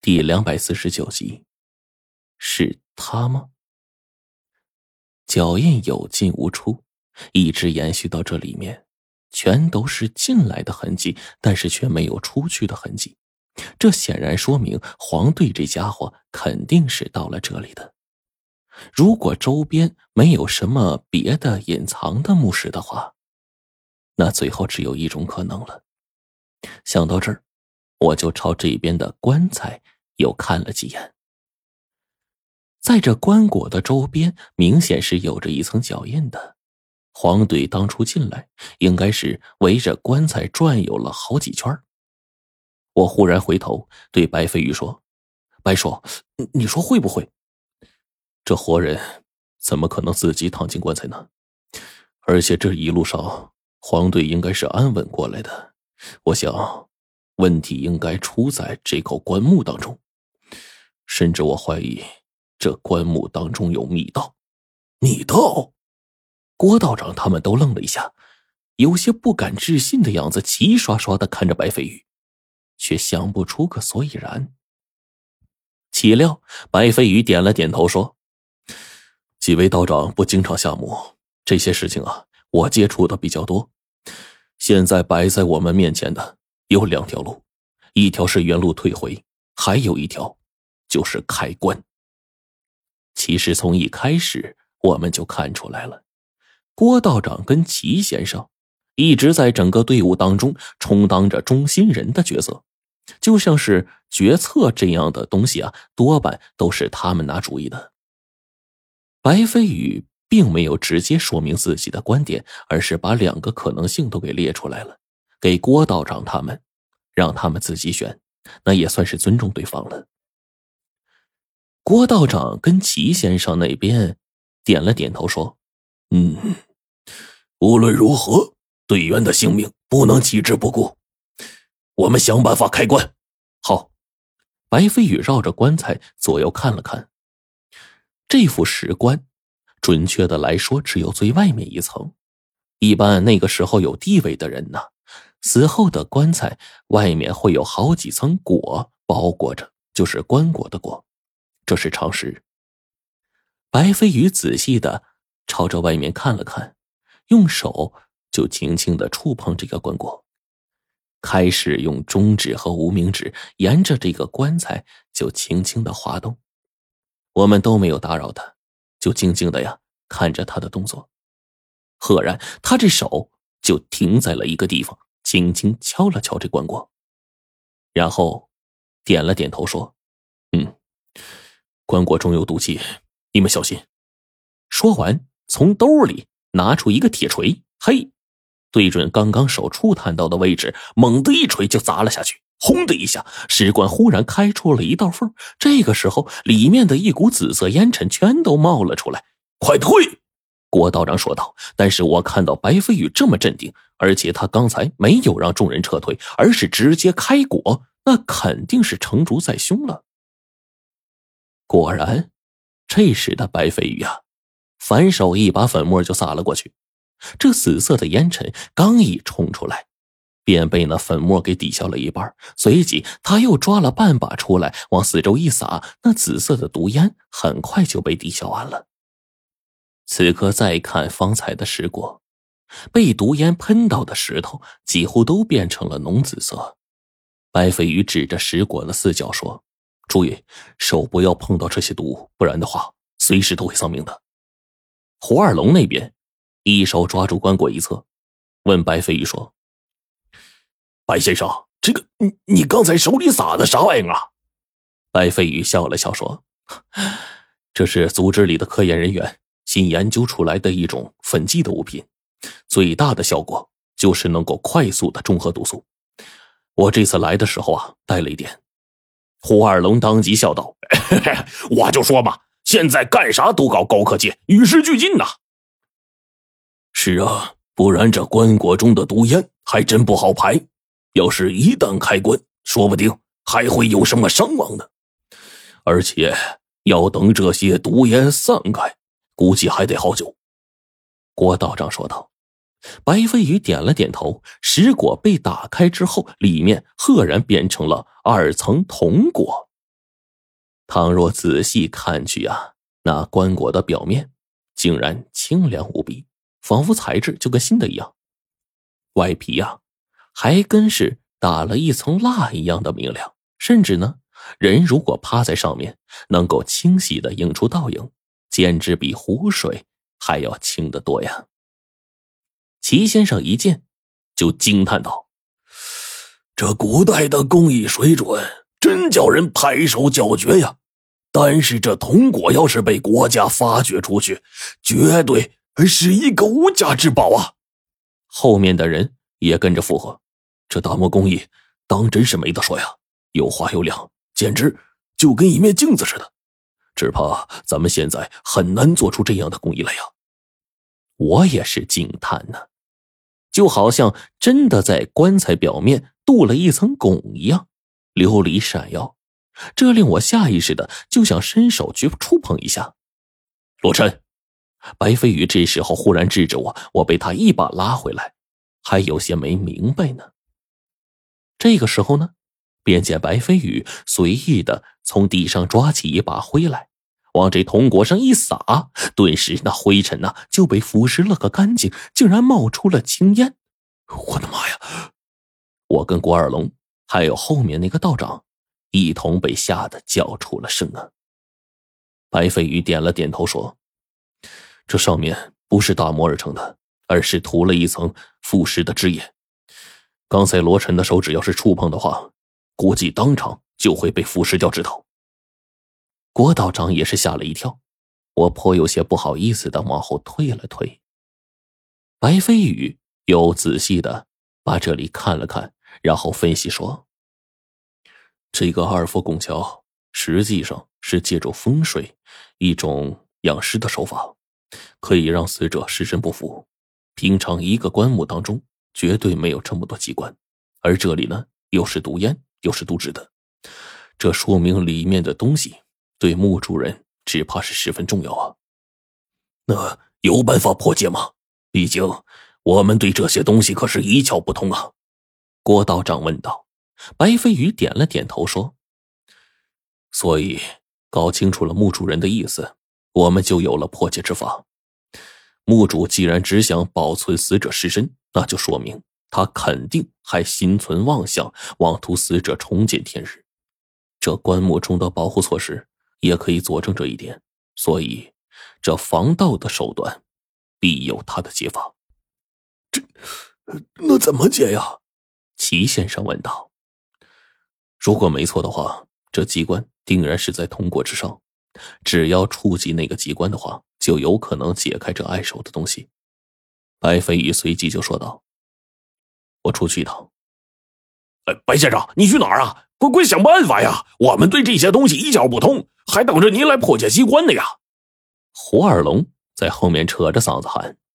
第249集，是他吗？脚印有进无出，一直延续到这里面，全都是进来的痕迹，但是却没有出去的痕迹。这显然说明黄队这家伙肯定是到了这里的。如果周边没有什么别的隐藏的墓室的话，那最后只有一种可能了。想到这儿，我就朝这边的棺材又看了几眼。在这棺椁的周边明显是有着一层脚印的，黄队当初进来应该是围着棺材转悠了好几圈。我忽然回头对白飞宇说：白叔，你说会不会？这活人怎么可能自己躺进棺材呢？而且这一路上黄队应该是安稳过来的，我想问题应该出在这口棺木当中，甚至我怀疑这棺木当中有密道。密道？郭道长他们都愣了一下，有些不敢置信的样子，齐刷刷地看着白飞宇，却想不出个所以然。岂料白飞宇点了点头说：几位道长不经常下墓，这些事情啊，我接触的比较多。现在摆在我们面前的有两条路，一条是原路退回，还有一条就是开棺。其实从一开始我们就看出来了，郭道长跟齐先生一直在整个队伍当中充当着中心人的角色，就像是决策这样的东西啊，多半都是他们拿主意的。白飞宇并没有直接说明自己的观点，而是把两个可能性都给列出来了，给郭道长他们，让他们自己选，那也算是尊重对方了。郭道长跟齐先生那边点了点头说：无论如何，队员的性命不能弃之不顾，我们想办法开棺。好。白飞宇绕着棺材左右看了看，这副石棺准确的来说只有最外面一层，一般那个时候有地位的人呢，死后的棺材外面会有好几层椁包裹着，就是棺椁的椁，这是常识。白飞宇仔细的朝着外面看了看，用手就轻轻的触碰这个棺椁，开始用中指和无名指沿着这个棺材就轻轻的滑动。我们都没有打扰他，就静静的呀看着他的动作。赫然他这手就停在了一个地方，轻轻敲了敲这棺椁，然后点了点头说：棺椁中有毒气，你们小心。说完从兜里拿出一个铁锤，嘿，对准刚刚手触探到的位置，猛地一锤就砸了下去。轰的一下，石棺忽然开出了一道缝，这个时候里面的一股紫色烟尘全都冒了出来。快退！郭道长说道。但是我看到白飞宇这么镇定，而且他刚才没有让众人撤退，而是直接开椁，那肯定是成竹在胸了。果然，这时的白飞宇啊，反手一把粉末就撒了过去。这死色的烟尘刚一冲出来，便被那粉末给抵消了一半，随即他又抓了半把出来，往四周一撒，那紫色的毒烟很快就被抵消完了。此刻再看方才的石椁，被毒烟喷到的石头几乎都变成了浓紫色。白飞宇指着石椁的四角说：注意手不要碰到这些毒物，不然的话随时都会丧命的。胡二龙那边一手抓住棺椁一侧，问白飞宇说：白先生，这个你刚才手里撒的啥玩意儿啊？白飞宇笑了笑说：这是组织里的科研人员新研究出来的一种粉剂的物品，最大的效果就是能够快速的中和毒素。我这次来的时候啊，带了一点。胡二龙当即笑道：我就说嘛，现在干啥都搞高科技，与时俱进呐。是啊，不然这棺椁中的毒烟还真不好排，要是一旦开棺，说不定还会有什么伤亡呢。而且要等这些毒烟散开，估计还得好久。郭道长说道。白飞宇点了点头，石椁被打开之后，里面赫然变成了2层铜椁。 倘若仔细看去啊，那棺椁的表面竟然清凉无比，仿佛材质就跟新的一样。外皮啊，还跟是打了一层蜡一样的明亮，甚至呢，人如果趴在上面，能够清晰地映出倒影，简直比湖水还要清得多呀。齐先生一见就惊叹道： 这古代的工艺水准真叫人拍手叫绝呀！但是这铜椁要是被国家发掘出去，绝对是一个无价之宝啊！ 后面的人也跟着附和：这大漠工艺当真是没得说呀，又滑又亮，简直就跟一面镜子似的。只怕咱们现在很难做出这样的工艺来呀。我也是惊叹呢，就好像真的在棺材表面镀了一层汞一样，琉璃闪耀，这令我下意识的就想伸手去触碰一下。罗琛，白飞宇这时候忽然制止我，我被他一把拉回来，还有些没明白呢。这个时候呢，便见白飞宇随意的从地上抓起一把灰来，往这铜椁上一撒，顿时那灰尘呢就被腐蚀了个干净，竟然冒出了青烟。 我的妈呀！ 我跟郭二龙还有后面那个道长一同被吓得叫出了声啊。白飞宇点了点头说：这上面不是大磨而成的，而是涂了一层腐蚀的汁液。刚才罗晨的手指要是触碰的话，估计当场就会被腐蚀掉指头。郭道长也是吓了一跳，我颇有些不好意思的往后退了退。白飞宇又仔细的把这里看了看，然后分析说：这个阿尔佛拱桥实际上是借助风水一种养尸的手法，可以让死者尸身不腐。平常一个棺木当中绝对没有这么多机关，而这里呢又是毒烟又是毒质的，这说明里面的东西对墓主人只怕是十分重要啊。 那有办法破解吗？毕竟我们对这些东西可是一窍不通啊。 郭道长问道。白飞宇点了点头说：所以搞清楚了墓主人的意思，我们就有了破解之法。墓主既然只想保存死者尸身，那就说明他肯定还心存妄想，妄图死者重见天日。这棺木中的保护措施也可以佐证这一点，所以这防盗的手段必有他的解法。 那怎么解呀？ 齐先生问道。如果没错的话，这机关定然是在铜椁之上，只要触及那个机关的话，就有可能解开这碍手的东西。白飞宇随即就说道：我出去一趟。 白先生，你去哪儿啊？快想办法呀！我们对这些东西一窍不通，还等着您来破解机关呢呀！ 胡二龙在后面扯着嗓子喊。